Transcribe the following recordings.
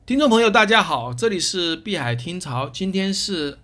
听众朋友，大家好，这里是碧海听潮，今天是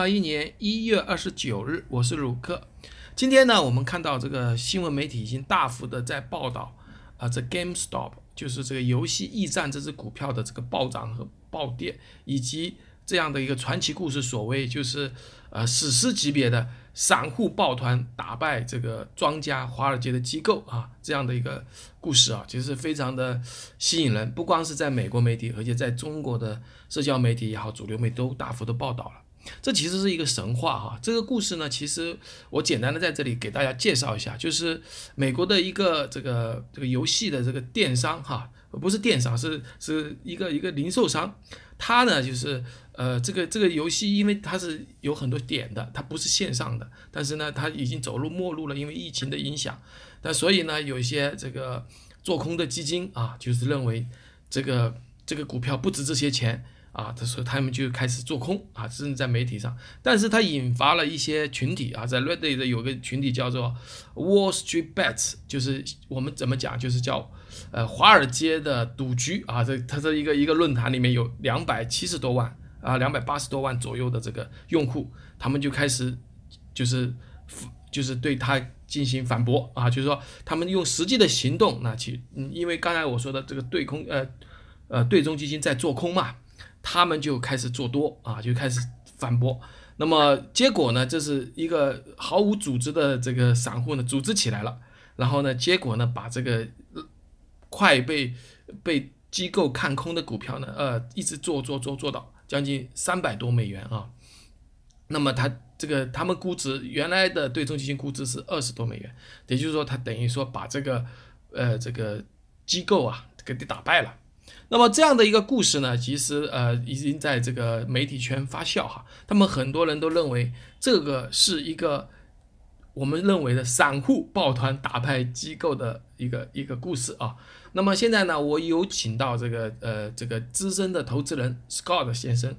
2021年1月29日，我是鲁克。今天呢，我们看到这个新闻媒体已经大幅的在报道这 GameStop 就是这个游戏驿站这只股票的这个暴涨和暴跌，以及这样的一个传奇故事，所谓就是史诗级别的散户抱团打败这个庄家华尔街的机构啊，这样的一个故事啊，其实非常的吸引人。不光是在美国媒体，而且在中国的社交媒体也好，主流媒体都大幅的报道了。这其实是一个神话哈。这个故事呢，其实我简单的在这里给大家介绍一下，就是美国的一个这个游戏的这个电商哈，不是电商，是一个零售商。它呢就是这个游戏，因为它是有很多点的，它不是线上的，但是呢它已经走入末路了，因为疫情的影响。但所以呢有一些这个做空的基金啊，就是认为这个股票不值这些钱。这时候他们就开始做空啊，甚至在媒体上，但是它引发了一些群体啊，在 Reddit 的有个群体叫做 Wall Street Bets，就是我们怎么讲，就是叫华尔街的赌局啊，它这一个论坛里面有270多万280多万左右的这个用户，他们就开始就是对他进行反驳啊，就是说他们用实际的行动，因为刚才我说的这个对冲基金在做空嘛。他们就开始做多啊，就开始反驳。那么结果呢，这是一个毫无组织的这个散户呢组织起来了，然后呢，结果呢把这个快被机构看空的股票呢，一直做到将近$300多啊。那么他们估值原来的对冲基金估值是$20多，也就是说，他等于说把这个机构啊给打败了。那么这样的一个故事呢，其实已经在这个媒体圈发酵哈，他们很多人都认为这个是一个我们认为的散户抱团打败机构的一个故事啊。那么现在呢，我有请到这个资深的投资人 Scott 先生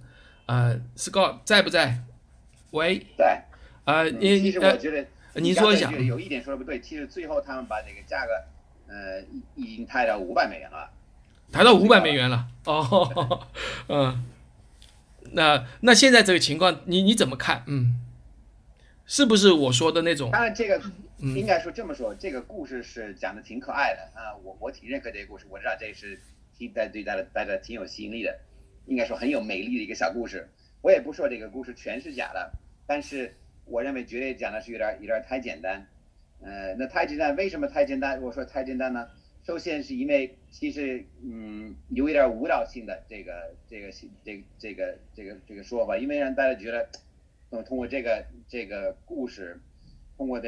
，Scott 在不在？喂， 对，其实我觉得您说一下， 有一点说的不对，其实最后他们把这个价格，已经抬到$500了， 抬到$500了。哦，那现在这个情况，你怎么看？是不是我说的那种？ 当然，这个应该说这么说，这个故事是讲的挺可爱的啊，我挺认可这个故事，我知道这是对大家挺有吸引力的，应该说很有美丽的一个小故事。我也不说这个故事全是假的，但是我认为绝对讲的是有点太简单。那太简单，为什么太简单？我说太简单呢？首先是因为其实有一点误导性的这个说法，因为让大家觉得通过这个故事，通过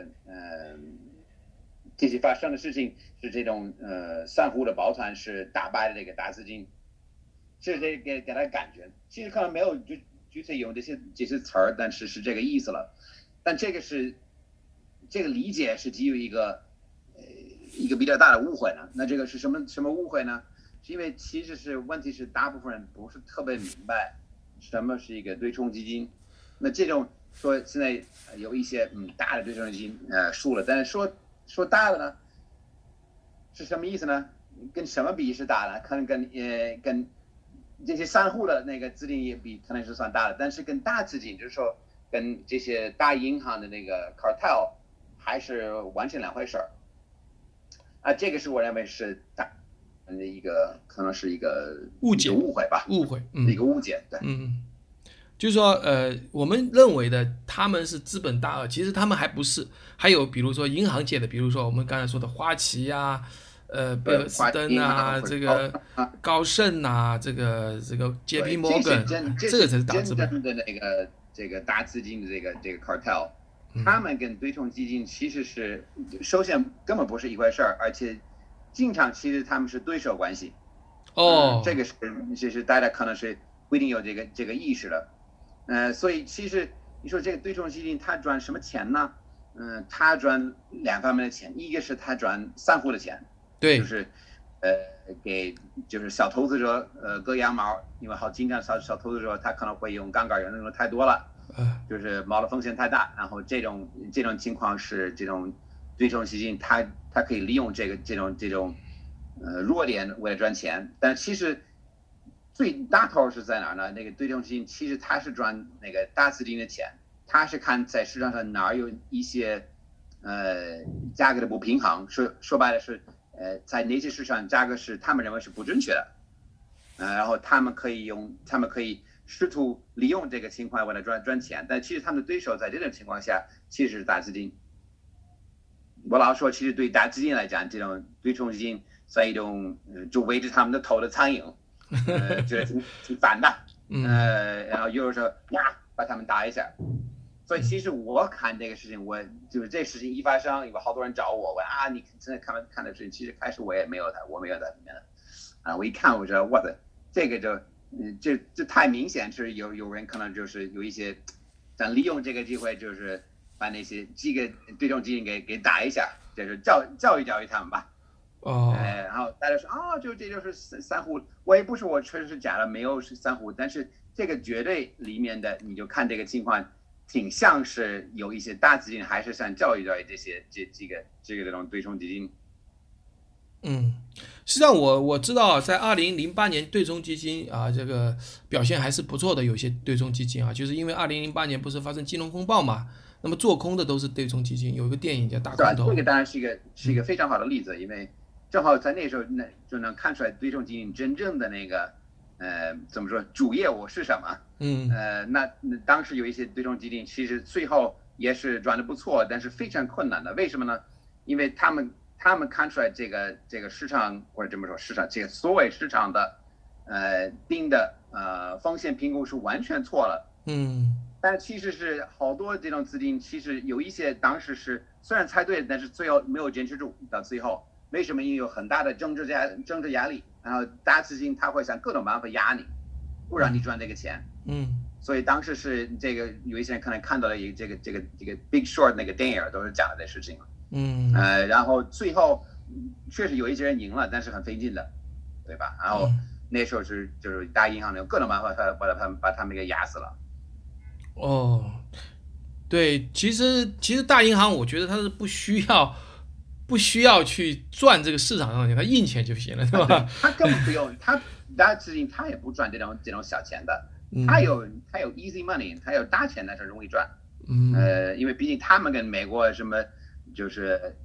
这些发生的事情是这种散户的抱团是打败了这个大资金，是这给他感觉。其实可能没有具体用这些词儿，但是这个意思了。但这个理解是基于一个比较大的误会呢。那这个是什么误会呢？是因为其实问题是大部分人不是特别明白什么是一个对冲基金。那这种说现在有一些大的对冲基金输了，但是说大的呢是什么意思呢？跟什么比是大的？可能跟这些散户的那个资金也比可能是算大的，但是跟大资金，就是说跟这些大银行的那个 cartel 还是完全两回事儿。这个是我认为是大的一个可能是一个误解、 误会吧，一个误解，对， 就是说，我们认为的他们是资本大鳄，其实他们还不是。还有比如说银行界的，比如说我们刚才说的花旗呀、贝尔斯登啊，这个高盛啊，这个 JP Morgan，这个才是大资本。 真正的这个大资金的这个 cartel，他们跟对冲基金其实是首先根本不是一回事儿，而且经常其实他们是对手关系。这个是大家可能是不一定有这个意识的。所以其实你说这个对冲基金它赚什么钱呢？它赚两方面的钱，一个是它赚散户的钱， 对， 就是给就是小投资者割羊毛，因为经常小投资者他可能会用杠杆用的太多了，就是冒的风险太大，然后这种情况是这种对冲基金它可以利用这种弱点为了赚钱，但其实最大头是在哪儿呢？那个对冲基金其实它是赚那个大资金的钱，它是看在市场上哪儿有一些价格的不平衡，说白了是在哪些市场价格是他们认为是不正确的，然后他们可以试图利用这个情况为了赚钱，但其实他们的对手在这种情况下其实是大资金。我老说，其实对大资金来讲，这种对冲基金算一种就围着他们的头的苍蝇，觉得挺烦的，然后有时候呀把他们打一下。所以其实我看这个事情，我就是这事情一发生，有好多人找我问啊，你真的看的事情，其实开始我没有在里面的，我一看我说我的这个这太明显是有人可能就是有一些想利用这个机会，就是把那些几个对冲基金给打一下，就是教育他们吧。然后大家说这就是散户，我也不是我确实是假的，没有是散户，但是这个绝对里面的你就看这个情况。挺像是有一些大资金还是想教育这种对冲基金。 实际上我知道，在2008年对冲基金这个表现还是不错的，有些对冲基金就是因为2008年不是发生金融风暴嘛，那么做空的都是对冲基金，有一个电影叫《大空头》。 这个当然是一个非常好的例子，因为正好在那时候就能看出来对冲基金真正的那个怎么说主业务是什么。那当时有一些对冲基金，其实最后也是赚得不错，但是非常困难的。为什么呢？因为他们看出来这个市场，或者这么说市场，这个所谓市场的定的风险评估是完全错了。但其实是好多这种资金，其实有一些当时是虽然猜对了，但是最后没有坚持住到最后。为什么？因为有很大的政治压力，然后大资金他会想各种办法压你，不让你赚这个钱。所以当时是这个有一些人可能看到了这个 Big Short 那个电影，都是讲的这事情了。然后最后确实有一些人赢了，但是很费劲的，对吧？然后那时候就是大银行有各种办法把他们给压死了。 对，其实大银行我觉得它是不需要去赚这个市场上钱，它印钱就行了，对吧？ 他根本不用，大资金他也不赚这种小钱的。他有 easy money， 他有大钱，但是容易赚。因为毕竟他们跟美国什么就是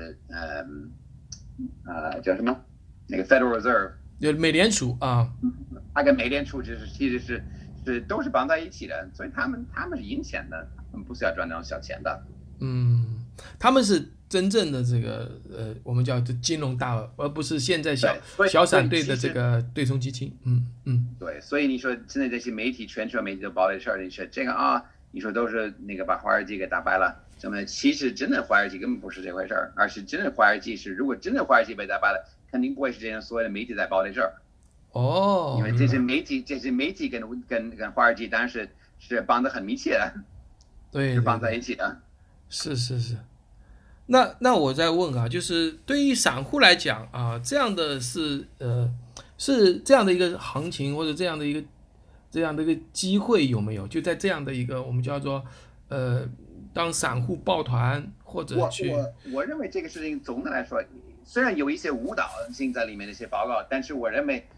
叫什么那个 Federal Reserve， 就美联储他跟美联储其实是都是绑在一起的，所以他们是赢钱的，他们不是要赚那种小钱的。 他们是真正的这个我们叫金融大鳄，而不是现在小散队的这个对冲基金。 对，所以你说现在这些全球媒体都报这事儿，你说这个你说都是那个把华尔街给打败了，怎么？其实真的华尔街根本不是这回事儿，而是真的华尔街如果真的华尔街被打败了，肯定不会是这样所有的媒体在报这事儿。因为这些媒体跟华尔街当然是绑得很密切的， 对， 是绑在一起的。 是。那我再问就是对于散户来讲这样的是这样的一个行情，或者这样的一个机会有没有？就在这样的一个我们叫做当散户抱团或者去， 我认为这个事情总的来说，虽然有一些误导性在里面的一些报告，但是我认为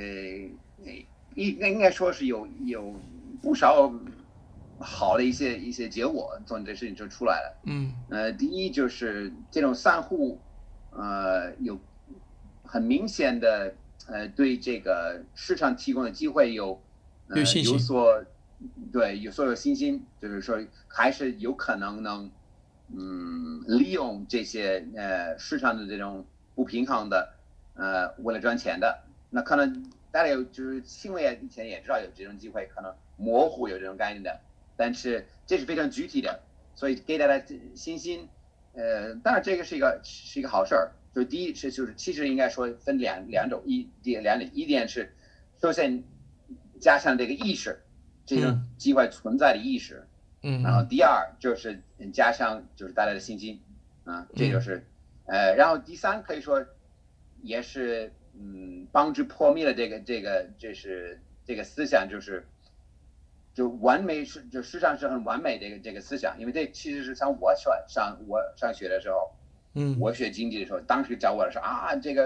应该说是有不少好的一些结果从这事情就出来了。第一就是这种散户有很明显的对这个市场提供的机会有信心，就是说还是有可能能利用这些市场的这种不平衡的为了赚钱的。那可能大家就是新闻以前也知道有这种机会，可能模糊有这种概念的，但是这是非常具体的，所以给大家信心。当然这个是一个好事儿。就第一就是其实应该说分两种，一点是首先加上这个意识，这种机会存在的意识。然后第二就是加上就是大家的信心这就是然后第三可以说也是帮助破灭了这个思想，就完美就实际上是很完美的这个思想。因为这其实是像我上学的时候，我学经济的时候，当时教我的时候这个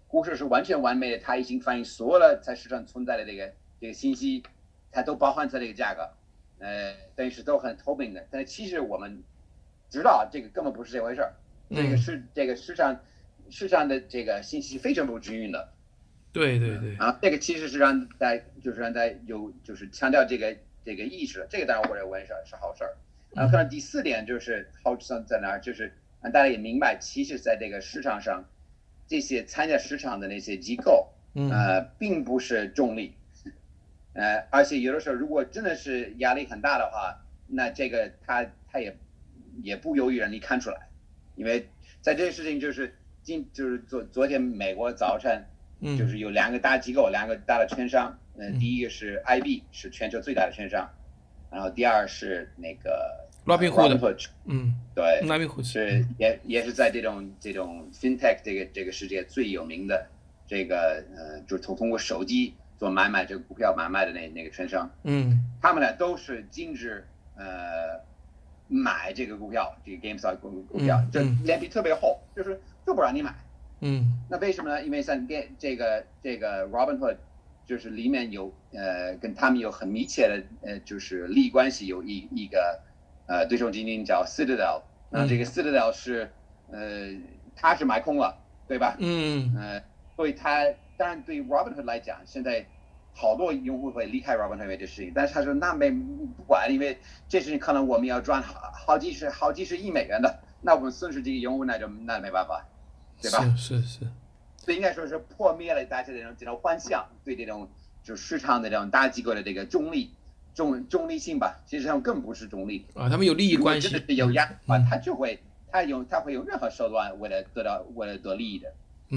股市是完全完美的，它已经反映所有的在市场存在的这个信息，它都包含在这个价格，等于是都很透明的。但是其实我们知道这个根本不是这回事儿，这个市场的这个信息非常不均匀的。 对对对。 啊，这个其实是让大家就是强调这个意识，这个当然我认为是好事儿。可能第4点就是好处在哪儿，就是让大家也明白，其实在这个市场上，这些参加市场的那些机构，并不是中立，而且有的时候如果真的是压力很大的话，那这个他也不犹豫让你看出来，因为在这个事情就是昨天美国早晨。就是有2个大机构，2个大的券商，第一个是 IB， 是全球最大的券商，然后第二是那个 Robinhood， 对 ，Robinhood 是也是在这种 FinTech 这个世界最有名的这个就是通过手机做买卖这个股票买卖的那个券商，他们俩都是禁止买这个股票，这个 GameStop 股票，这脸皮特别厚，就不让你买。那为什么呢？因为像这个 Robinhood， 就是里面有跟他们有很密切的就是利益关系，有一个对冲基金叫 Citadel， 那这个 Citadel 是他是买空了，对吧？所以他当然对 Robinhood 来讲，现在好多用户会离开 Robinhood 因为这事情，但是他说那不管，因为这事情可能我们要赚好几十亿美元的，那我们损失这个用户那没办法。对吧？ 是， 所以应该说是破灭了大家这种幻想，对这种就是市场的这种大机构的这个中立性吧，其实上更不是中立啊，他们有利益关系， 真的是有压啊，他会用任何手段为了得利益的。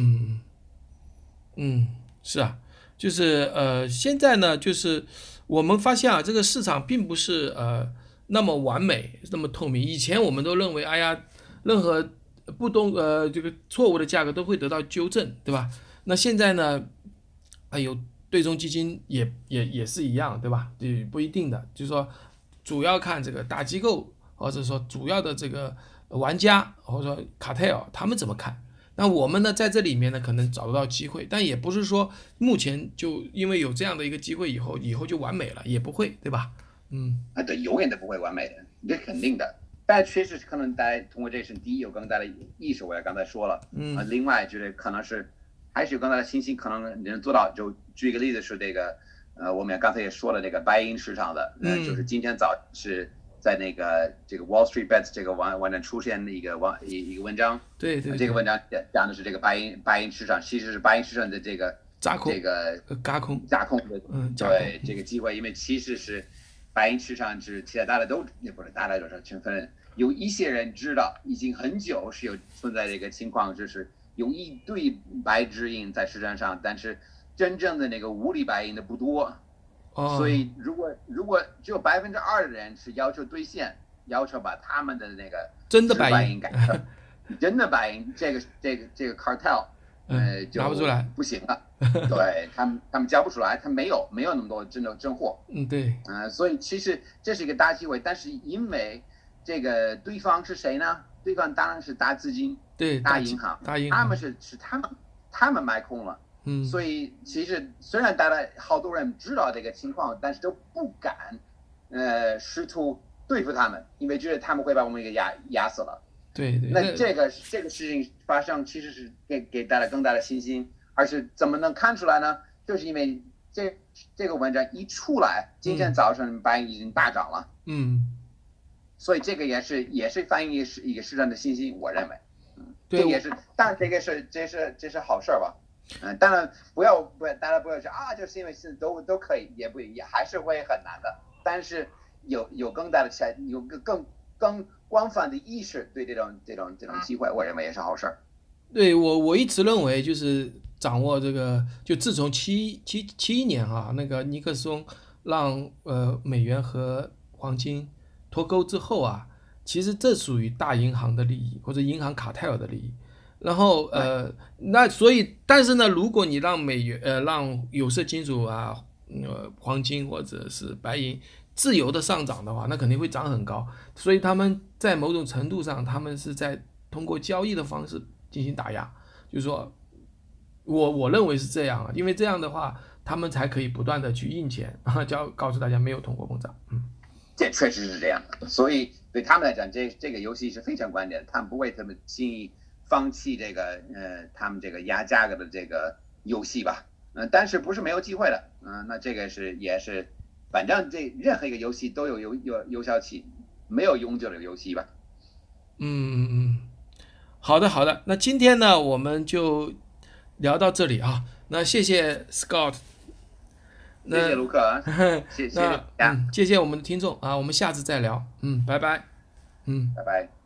是啊，就是现在呢，就是我们发现啊，这个市场并不是那么完美，那么透明。以前我们都认为，哎呀，任何这个错误的价格都会得到纠正，对吧？那现在呢，有对冲基金也是一样，对吧？不一定的，就是说主要看这个大机构或者说主要的这个玩家或者说卡泰尔他们怎么看。那我们呢，在这里面呢，可能找得到机会，但也不是说目前就因为有这样的一个机会以后就完美了，也不会，对吧？ 对，永远都不会完美的，这肯定的。但确实可能大家通过这事，第一有更大的意识，我也刚才说了，另外就是可能是还是有更大的信心，可能能做到。就举一个例子是这个，我们刚才也说了这个白银市场的，就是今天早是在那个这个 Wall Street Bets 这个网站出现的一个文章， 对， 这个文章讲的是这个白银市场，其实是白银市场的这个轧空的，对这个机会，因为其实是白银市场是其他大家都也不是大家都是群分。有一些人知道已经很久是有存在这个情况，就是有一堆白纸银在市场上，但是真正的那个无理白银的不多，所以如果只有2%的人是要求兑现，要求把他们的那个真的白银改成真的白银，这个 cartel 就拿不出来， 不行了，对他们交不出来，他没有那么多真货， 对， 所以其实这是一个大机会，但是因为这个对方是谁呢？对方当然是大资金， 对， 大银行，他们是他们买空了，所以其实虽然大家好多人知道这个情况，但是都不敢试图对付他们，因为觉得他们会把我们给压死了。 对， 那这个事情发生，其实是给大家更大的信心，而是怎么能看出来呢？就是因为这个文章一出来，今天早上白银已经大涨了，所以这个也是反映一个市场的信心，我认为，这也是，当然这是好事吧，当然大家不要说啊，就是因为是都可以，也还是会很难的，但是有更大的有更广泛的意识对这种机会，我认为也是好事。 对，我一直认为就是掌握这个，就自从71年啊，那个尼克松让美元和黄金脱钩之后啊，其实这属于大银行的利益或者银行卡泰尔的利益。然后那所以，但是呢，如果你让让有色金属啊，黄金或者是白银自由的上涨的话，那肯定会涨很高。所以他们在某种程度上，他们是在通过交易的方式进行打压，就是说我认为是这样啊，因为这样的话，他们才可以不断的去印钱啊，就要告诉大家没有通货膨胀。 这确实是这样的，所以对他们来讲，这个游戏是非常关键的，他们不会这么轻易放弃这个他们这个压价格的这个游戏吧？但是不是没有机会的，那这个也是，反正任何一个游戏都有有效期，没有永久的游戏吧？ 好的好的，那今天呢我们就聊到这里啊，那谢谢 Scott， 谢谢卢克啊，谢谢大家， 谢谢我们的听众啊，我们下次再聊，拜拜， 拜拜。